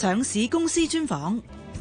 上市公司專訪。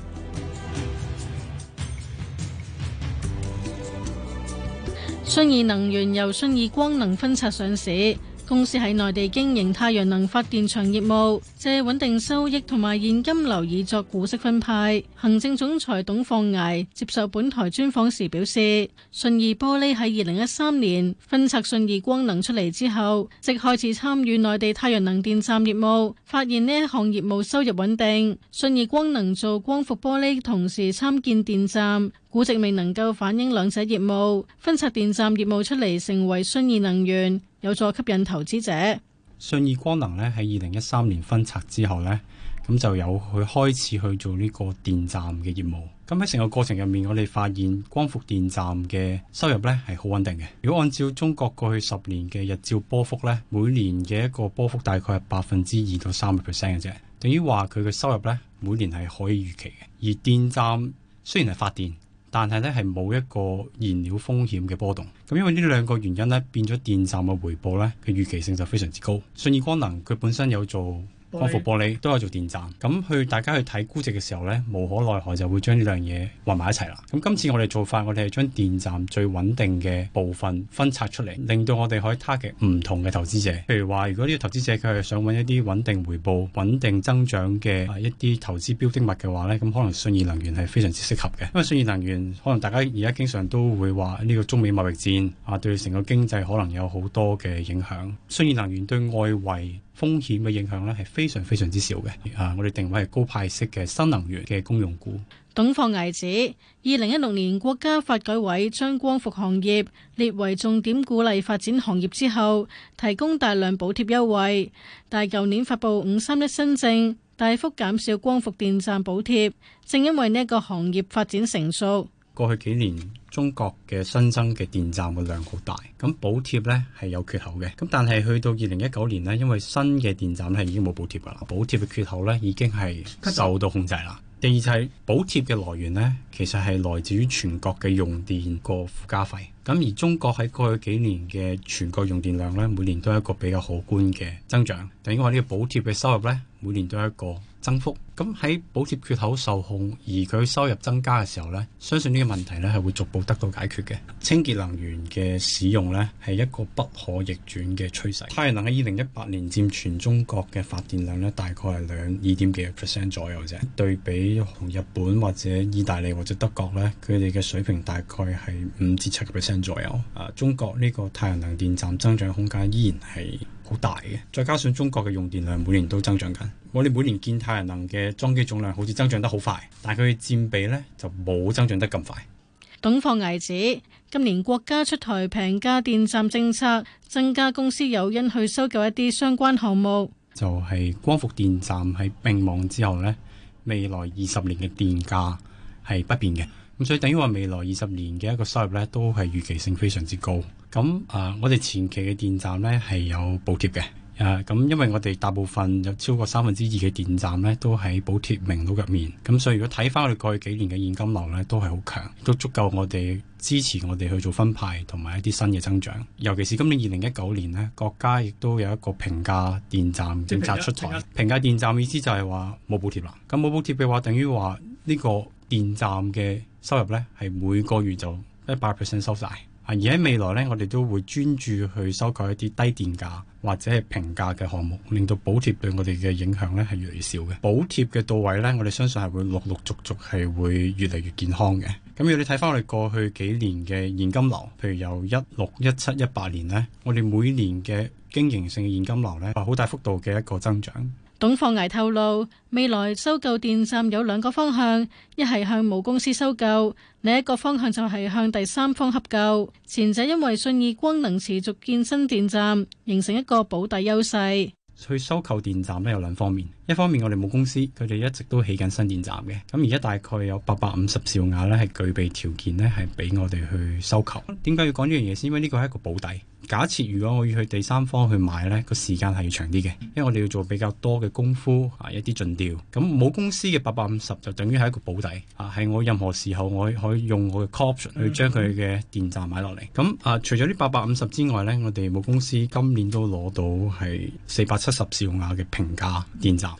信義能源由信義光能分拆上市，公司喺內地經營太陽能發電場業務，借穩定收益同埋現金流以作股息分派。行政總裁董放崖接受本台專訪時表示，信義玻璃喺2013年分拆信義光能出嚟之後，即開始參與內地太陽能電站業務，發現呢一項業務收入穩定。信義光能做光伏玻璃，同時參建電站，估值未能夠反映兩者業務，分拆電站業務出嚟，成為信義能源，有助吸引投資者。 信義光能咧喺2013年分拆之後呢，咁就有去開始去做呢個電站嘅業務。咁喺成個過程入面，我哋發現光伏電站嘅收入呢係好穩定嘅。如果按照中國過去10年嘅日照波幅呢，每年嘅一個波幅大概係2%到3%嘅啫，等於話佢嘅收入呢每年係可以預期嘅。而電站雖然係發電，但係咧係冇一個燃料風險嘅波動，咁因為呢兩個原因咧，變咗電站嘅回報咧嘅預期性就非常之高。信義光能佢本身有做光伏玻璃，都有做電站，咁大家去睇估值嘅時候咧，無可奈何就會將呢兩嘢混埋一齊啦。咁今次我哋做法，我哋係將電站最穩定嘅部分分拆出嚟，令到我哋可以 target 唔同嘅投資者。譬如話，如果呢個投資者佢係想揾一啲穩定回報、穩定增長嘅一啲投資標的物嘅話咧，咁可能信義能源係非常之適合嘅。因為信義能源可能大家而家經常都會話呢個中美貿易戰對成個經濟可能有好多嘅影響。信義能源對外圍風險嘅影響咧係非常非常之少嘅。我哋定位係高派息嘅新能源嘅公用股。 董放崖指，2016年國家發改委將光伏行業列為重點鼓勵發展行業之後，提供大量補貼優惠，但舊年發布531新政，大幅減少光伏電站補貼，正因為呢個行業發展成熟。 過去幾年中國嘅新增嘅電站嘅量好大，咁補貼呢係有缺口嘅。咁但係去到2019年呢，因為新嘅電站係已經冇補貼㗎啦，補貼嘅缺口呢已經係受到控制啦。第二就係補貼嘅來源呢，其實係來自於全國嘅用電個附加費。咁而中國喺過去幾年嘅全國用電量呢，每年都有一個比較可觀嘅增長。等於話呢個補貼嘅收入呢，每年都有一個增幅。咁喺補貼缺口受控，而佢收入增加嘅時候呢，相信呢個問題呢係會逐步得到解決嘅。清潔能源嘅使用呢係一個不可逆轉嘅趨勢。太陽能喺2018年佔全中國嘅發電量呢，大概係2點幾%左右啫。對比同日本或者意大利或者德國呢，佢哋嘅水平大概係5至7%左右。中國呢個太陽能電站增長空間依然係好大嘅，再加上中國嘅用電量每年都增長緊，我哋每年建太陽能嘅裝機總量好似增長得好快，但係佢嘅佔比呢就冇增長得咁快。 董放崖指，今年國家出台平價電站政策，增加公司誘因去收購一啲相關項目。 就係光伏電站喺併網之後呢，未來20年嘅電價係不變嘅。咁所以等於話未來20年嘅一個收入呢，都係預期性非常之高。咁我哋前期嘅電站呢係有補貼嘅。咁因為我哋大部分有超過2%嘅電站呢都喺補貼名錄入面。咁所以如果睇翻我哋過去幾年嘅現金流呢，都係好強，都足夠我哋支持我哋去做分派同埋一啲新嘅增長。尤其是今年2019年呢，國家亦都有一個平價電站政策出台。平價電站意思就係話冇補貼啦。咁冇補貼嘅話，等於話呢個電站嘅收入呢係每個月就100% 收晒。而喺未來呢，我哋都會專注去收購一啲低電價或者係平價嘅項目，令到補貼對我哋嘅影響呢係越嚟越少嘅。補貼嘅到位呢，我哋相信係會陸陸續續係會越嚟越健康嘅。咁如果你睇翻我哋過去幾年嘅現金流，譬如由16、17、18年呢，我哋每年嘅經營性嘅現金流呢，好大幅度嘅一個增長。 董放崖透露，未來收購電站有2個方向，一係向母公司收購，另一個方向就係向第三方合購。前者因為信義光能持續建新電站，形成一個保底優勢。 去收購電站呢有2方面，一方面我哋母公司佢哋一直都起緊新電站嘅，咁而家大概有850兆瓦呢係具備條件呢係俾我哋去收購。點解要講呢樣嘢先？因為呢個係一個保底。假設如果我要去第三方去買呢，個時間係要長啲嘅，因為我哋要做比較多嘅功夫一啲盡調。咁母公司嘅850就等於係一個保底係我任何時候我可以用我嘅 call option 去將佢嘅電站買落嚟。咁除咗呢850之外呢，我哋母公司今年都攞到係470兆瓦嘅平價電站。咁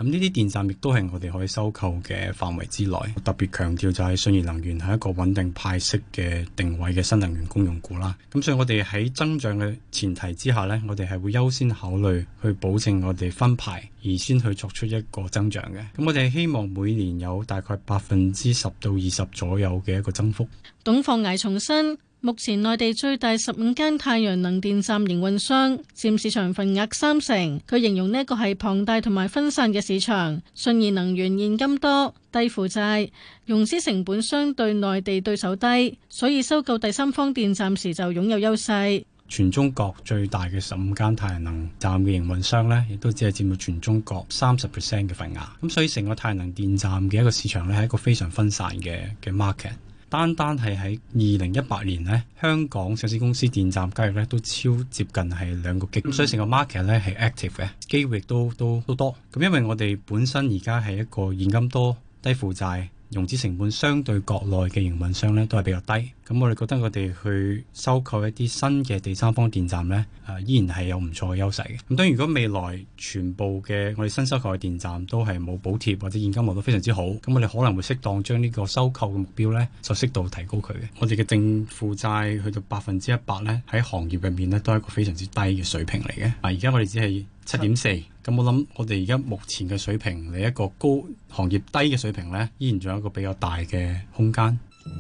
咁呢啲電站亦都係我哋可以收購嘅範圍之內。特別強調就係信義能源係一個穩定派息嘅定位嘅新能源公用股啦。咁所以我哋喺增長嘅前提之下呢，我哋係會優先考慮去保證我哋分牌，而先去作出一個增長嘅。咁我哋希望每年有大概10%到20%左右嘅一個增幅。 董放毅重申，目前內地最大15間太陽能電站營運商佔市場份額30%。佢形容呢個係龐大同埋分散嘅市場。信義能源現金多、低負債、融資成本相對內地對手低，所以收購第三方電站時就擁有優勢。 全中國最大嘅15間太陽能站嘅營運商呢，亦都只係佔到全中國30% 嘅份額。咁所以成個太陽能電站嘅一個市場呢，係一個非常分散嘅 market。單係喺2018年呢，香港上市公司電站交易呢都超接近係2個億。咁所以成個 market 呢係 active 嘅，機會亦都多。咁因為我哋本身而家係一個現金多、低負債、融資成本相對國內嘅營運商呢都係比較低。咁我哋覺得我哋去收購一啲新嘅第三方電站呢，依然係有唔錯嘅優勢嘅。咁當然如果未來全部嘅我哋新收購嘅電站都係冇補貼或者現金流都非常之好，咁我哋可能會適當將呢個收購嘅目標呢就適度提高佢嘅。我哋嘅淨負債去到100%呢，喺行業入面呢都係一個非常之低嘅水平嚟嘅。而家我哋只係7.4%，咁我諗我哋而家目前嘅水平嚟一個高行業低嘅水平呢，依然仲有一個比較大嘅空間。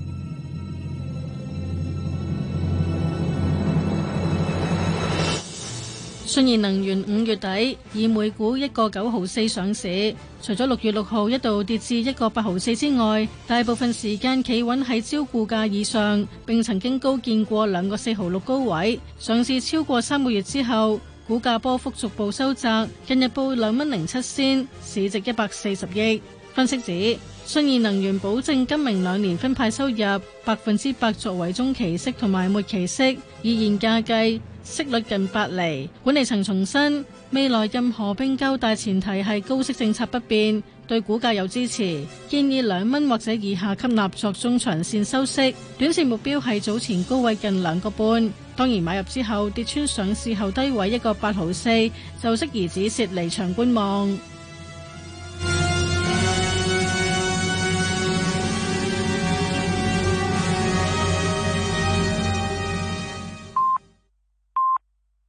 信義能源5月底以每股1.9毫四上市，除咗6月6號一度跌至1.8毫四之外，大部分時間企穩喺招股價以上，並曾經高見過2.4毫六高位。上市超過3個月之後，股價波幅逐步收窄，近日報2.07，市值140億。分析指，信義能源保證今明2年分派收入100%作為中期息同埋末期息，以現價計，息率近8厘。管理層重申，未來任何並購大前提係高息政策不變，對股價有支持，建議2蚊或者以下吸納作中長線收息，短線目標係早前高位近2.5。當然買入之後跌穿上市後低位1.8毫四，就適宜止蝕離場觀望。